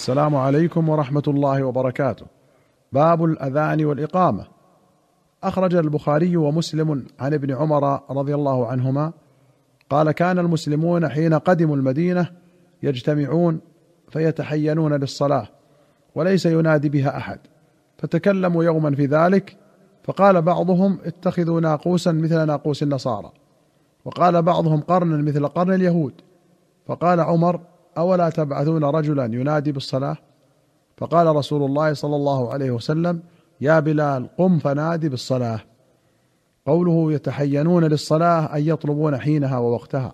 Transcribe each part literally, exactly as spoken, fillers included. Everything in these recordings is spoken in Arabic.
السلام عليكم ورحمة الله وبركاته. باب الأذان والإقامة. أخرج البخاري ومسلم عن ابن عمر رضي الله عنهما قال: كان المسلمون حين قدموا المدينة يجتمعون فيتحينون للصلاة وليس ينادي بها أحد، فتكلموا يوما في ذلك، فقال بعضهم: اتخذوا ناقوسا مثل ناقوس النصارى، وقال بعضهم: قرنا مثل قرن اليهود. فقال عمر: أولا تبعثون رجلا ينادي بالصلاة؟ فقال رسول الله صلى الله عليه وسلم: يا بلال قم فنادي بالصلاة. قوله يتحينون للصلاة أي يطلبون حينها ووقتها.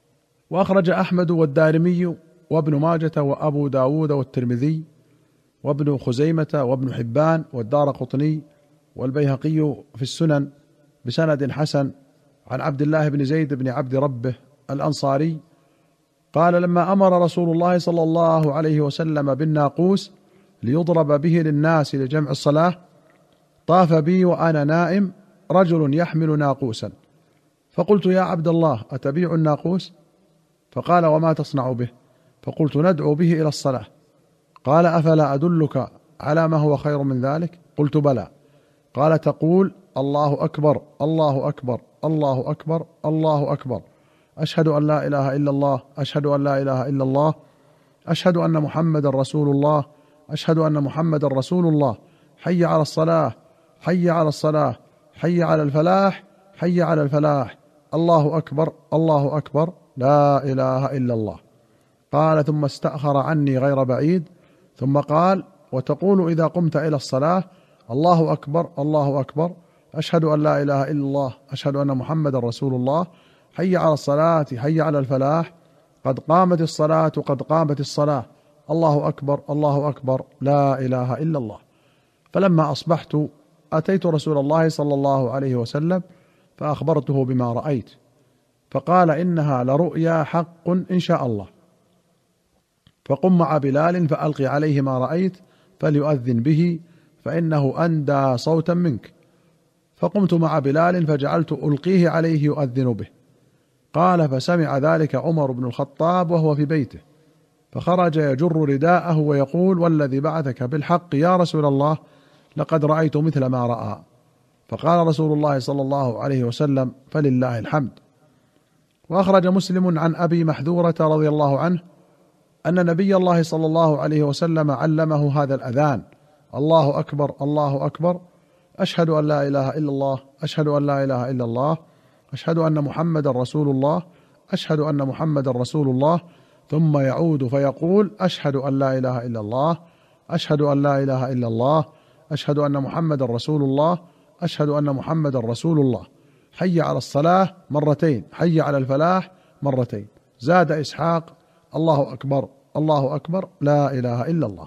وأخرج أحمد والدارمي وابن ماجة وأبو داود والترمذي وابن خزيمة وابن حبان والدارقطني والبيهقي في السنن بسند حسن عن عبد الله بن زيد بن عبد ربه الأنصاري قال: لما أمر رسول الله صلى الله عليه وسلم بالناقوس ليضرب به للناس لجمع الصلاة، طاف بي وأنا نائم رجل يحمل ناقوسا، فقلت: يا عبد الله أتبيع الناقوس؟ فقال: وما تصنع به؟ فقلت: ندعو به إلى الصلاة. قال: أفلا أدلك على ما هو خير من ذلك؟ قلت: بلى. قال: تقول: الله أكبر الله أكبر الله أكبر الله أكبر، أشهد أن لا إله إلا الله أشهد أن لا إله إلا الله أشهد أن محمد رسول الله أشهد أن محمد رسول الله، حي على الصلاة حي على الصلاة حي على الفلاح حي على الفلاح، الله أكبر الله أكبر لا إله إلا الله. قال: ثم استأخر عني غير بعيد، ثم قال: وتقول إذا قمت إلى الصلاة: الله أكبر الله أكبر أشهد أن لا إله إلا الله أشهد أن محمد رسول الله، حي على الصلاة حي على الفلاح، قد قامت الصلاة قد قامت الصلاة، الله أكبر الله أكبر لا إله إلا الله. فلما أصبحت أتيت رسول الله صلى الله عليه وسلم فأخبرته بما رأيت، فقال: إنها لرؤيا حق إن شاء الله، فقم مع بلال فألقي عليه ما رأيت فليؤذن به فإنه أندى صوتا منك. فقمت مع بلال فجعلت ألقيه عليه يؤذن به. قال: فسمع ذلك عمر بن الخطاب وهو في بيته، فخرج يجر رداءه ويقول: والذي بعثك بالحق يا رسول الله لقد رأيت مثل ما رأى. فقال رسول الله صلى الله عليه وسلم: فلله الحمد. وأخرج مسلم عن أبي محذورة رضي الله عنه أن نبي الله صلى الله عليه وسلم علمه هذا الأذان: الله أكبر الله أكبر أشهد أن لا إله إلا الله أشهد أن لا إله إلا الله أشهد أن محمد رسول الله أشهد أن محمد رسول الله، ثم يعود فيقول: أشهد أن لا إله إلا الله أشهد أن لا إله إلا الله أشهد أن محمد رسول الله أشهد أن محمد رسول الله، حي على الصلاة مرتين حي على الفلاح مرتين. زاد إسحاق: الله أكبر الله أكبر لا إله إلا الله.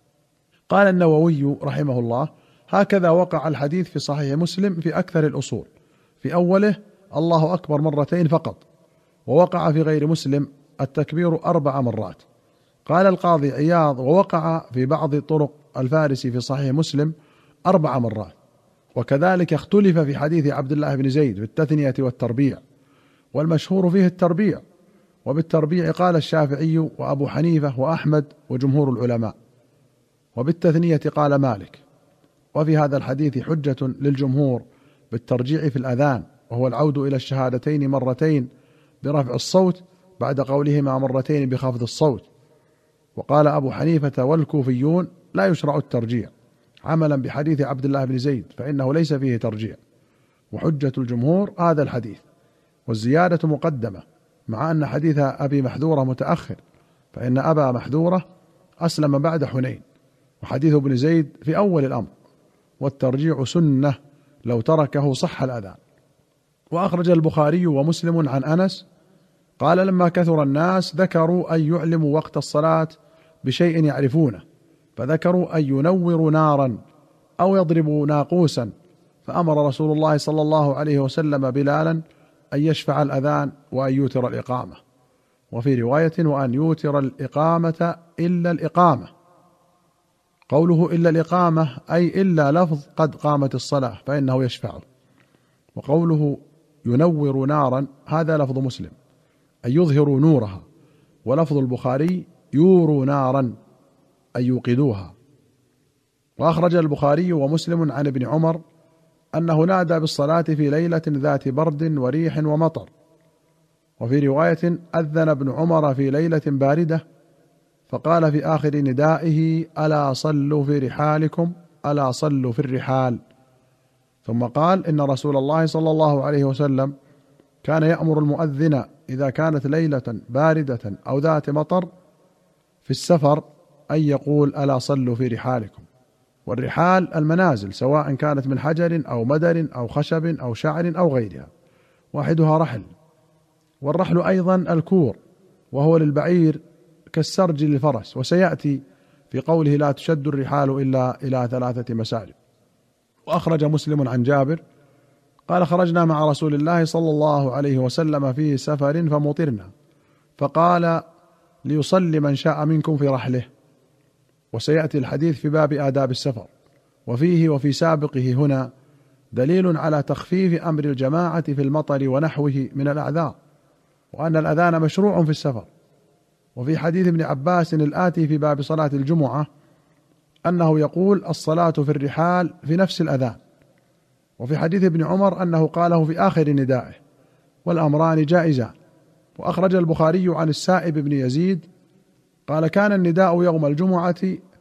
قال النووي رحمه الله: هكذا وقع الحديث في صحيح مسلم في أكثر الأصول، في أوله الله أكبر مرتين فقط، ووقع في غير مسلم التكبير أربع مرات. قال القاضي عياض: ووقع في بعض طرق الفارسي في صحيح مسلم أربع مرات. وكذلك اختلف في حديث عبد الله بن زيد بالتثنية والتربيع، والمشهور فيه التربيع، وبالتربيع قال الشافعي وأبو حنيفة وأحمد وجمهور العلماء، وبالتثنية قال مالك. وفي هذا الحديث حجة للجمهور بالترجيع في الأذان، وهو العود إلى الشهادتين مرتين برفع الصوت بعد قولهما مرتين بخفض الصوت. وقال أبو حنيفة والكوفيون: لا يشرع الترجيع، عملا بحديث عبد الله بن زيد فإنه ليس فيه ترجيع. وحجة الجمهور هذا الحديث، والزيادة مقدمة، مع أن حديث أبي محذورة متأخر، فإن أبا محذورة أسلم بعد حنين، وحديث ابن زيد في أول الأمر، والترجيع سنة لو تركه صح الأذان. وأخرج البخاري ومسلم عن أنس قال: لما كثر الناس ذكروا أن يعلموا وقت الصلاة بشيء يعرفونه، فذكروا أن ينوروا نارا أو يضربوا ناقوسا، فأمر رسول الله صلى الله عليه وسلم بلالا أن يشفع الأذان وأن يوتر الإقامة. وفي رواية: وأن يوتر الإقامة إلا الإقامة. قوله إلا الإقامة أي إلا لفظ قد قامت الصلاة فإنه يشفعه. وقوله ينور نارا هذا لفظ مسلم أي يظهر نورها، ولفظ البخاري يوروا نارا أن يوقدوها. وأخرج البخاري ومسلم عن ابن عمر أنه نادى بالصلاة في ليلة ذات برد وريح ومطر. وفي رواية أذن ابن عمر في ليلة باردة فقال في آخر ندائه: ألا صلوا في رحالكم، ألا صلوا في الرحال. ثم قال: إن رسول الله صلى الله عليه وسلم كان يأمر المؤذن إذا كانت ليلة باردة أو ذات مطر في السفر أن يقول: ألا صلوا في رحالكم. والرحال المنازل، سواء كانت من حجر أو مدر أو خشب أو شعر أو غيرها، واحدها رحل. والرحل أيضا الكور، وهو للبعير كالسرج للفرس، وسيأتي في قوله: لا تشد الرحال إلا إلى ثلاثة مساجد. وأخرج مسلم عن جابر قال: خرجنا مع رسول الله صلى الله عليه وسلم في سفر فمطرنا، فقال: ليصلي من شاء منكم في رحله. وسيأتي الحديث في باب آداب السفر. وفيه وفي سابقه هنا دليل على تخفيف أمر الجماعة في المطر ونحوه من الأعذار، وأن الأذان مشروع في السفر. وفي حديث ابن عباس الآتي في باب صلاة الجمعة أنه يقول: الصلاة في الرحال في نفس الأذان. وفي حديث ابن عمر أنه قاله في آخر ندائه، والأمران جائزان. وأخرج البخاري عن السائب بن يزيد قال: كان النداء يوم الجمعة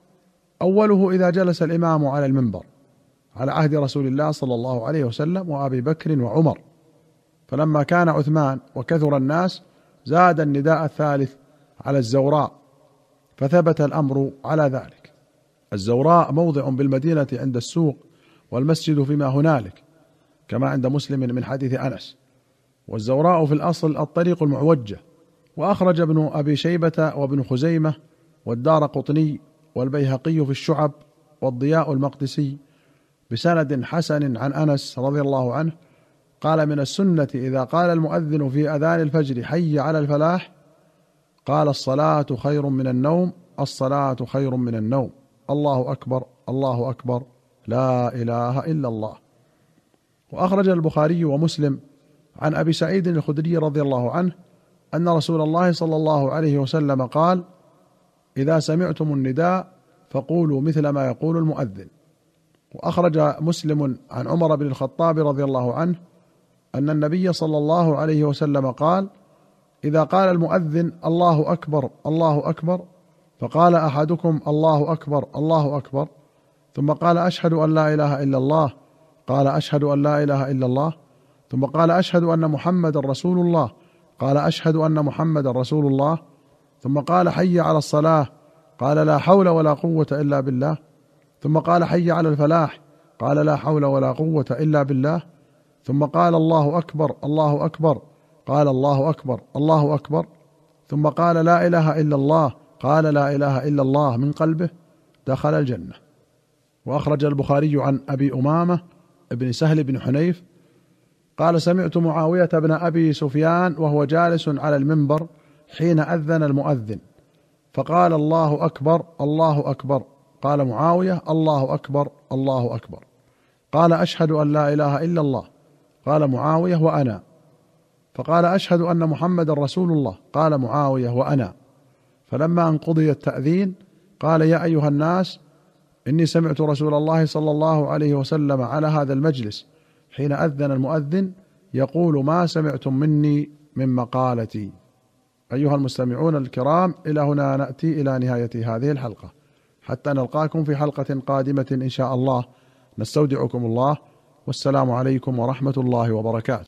أوله إذا جلس الإمام على المنبر على عهد رسول الله صلى الله عليه وسلم وأبي بكر وعمر، فلما كان عثمان وكثر الناس زاد النداء الثالث على الزوراء، فثبت الأمر على ذلك. الزوراء موضع بالمدينة عند السوق، والمسجد فيما هنالك، كما عند مسلم من حديث أنس. والزوراء في الأصل الطريق المعوجة. وأخرج ابن أبي شيبة وابن خزيمة والدار قطني والبيهقي في الشعب والضياء المقدسي بسند حسن عن أنس رضي الله عنه قال: من السنة إذا قال المؤذن في أذان الفجر: حي على الفلاح، قال: الصلاة خير من النوم، الصلاة خير من النوم، الله أكبر، الله أكبر، لا إله إلا الله. وأخرج البخاري ومسلم عن أبي سعيد الخدري رضي الله عنه أن رسول الله صلى الله عليه وسلم قال: إذا سمعتم النداء فقولوا مثل ما يقول المؤذن. وأخرج مسلم عن عمر بن الخطاب رضي الله عنه أن النبي صلى الله عليه وسلم قال: إذا قال المؤذن: الله أكبر، الله أكبر، فقال أحدكم: الله أكبر، الله أكبر، ثم قال: أشهد أن لا إله إلا الله، قال: أشهد أن لا إله إلا الله، ثم قال: أشهد أن محمد رسول الله، قال: أشهد أن محمد رسول الله، ثم قال: حي على الصلاة، قال: لا حول ولا قوة إلا بالله، ثم قال: حي على الفلاح، قال: لا حول ولا قوة إلا بالله، ثم قال: الله أكبر، الله أكبر، قال: الله أكبر، الله أكبر، ثم قال: لا إله إلا الله، قال: لا إله إلا الله من قلبه، دخل الجنة. وأخرج البخاري عن أبي أمامة ابن سهل بن حنيف قال: سمعت معاوية بن أبي سفيان وهو جالس على المنبر حين أذن المؤذن، فقال: الله أكبر، الله أكبر، قال معاوية: الله أكبر، الله أكبر، قال: أشهد أن لا إله إلا الله، قال معاوية: وأنا، فقال: أشهد أن محمد رسول الله، قال معاوية: وأنا. فلما أن قضي التأذين قال: يا أيها الناس، إني سمعت رسول الله صلى الله عليه وسلم على هذا المجلس حين أذن المؤذن يقول: ما سمعتم مني من مقالتي. أيها المستمعون الكرام، إلى هنا نأتي إلى نهاية هذه الحلقة، حتى نلقاكم في حلقة قادمة إن شاء الله. نستودعكم الله، والسلام عليكم ورحمة الله وبركاته.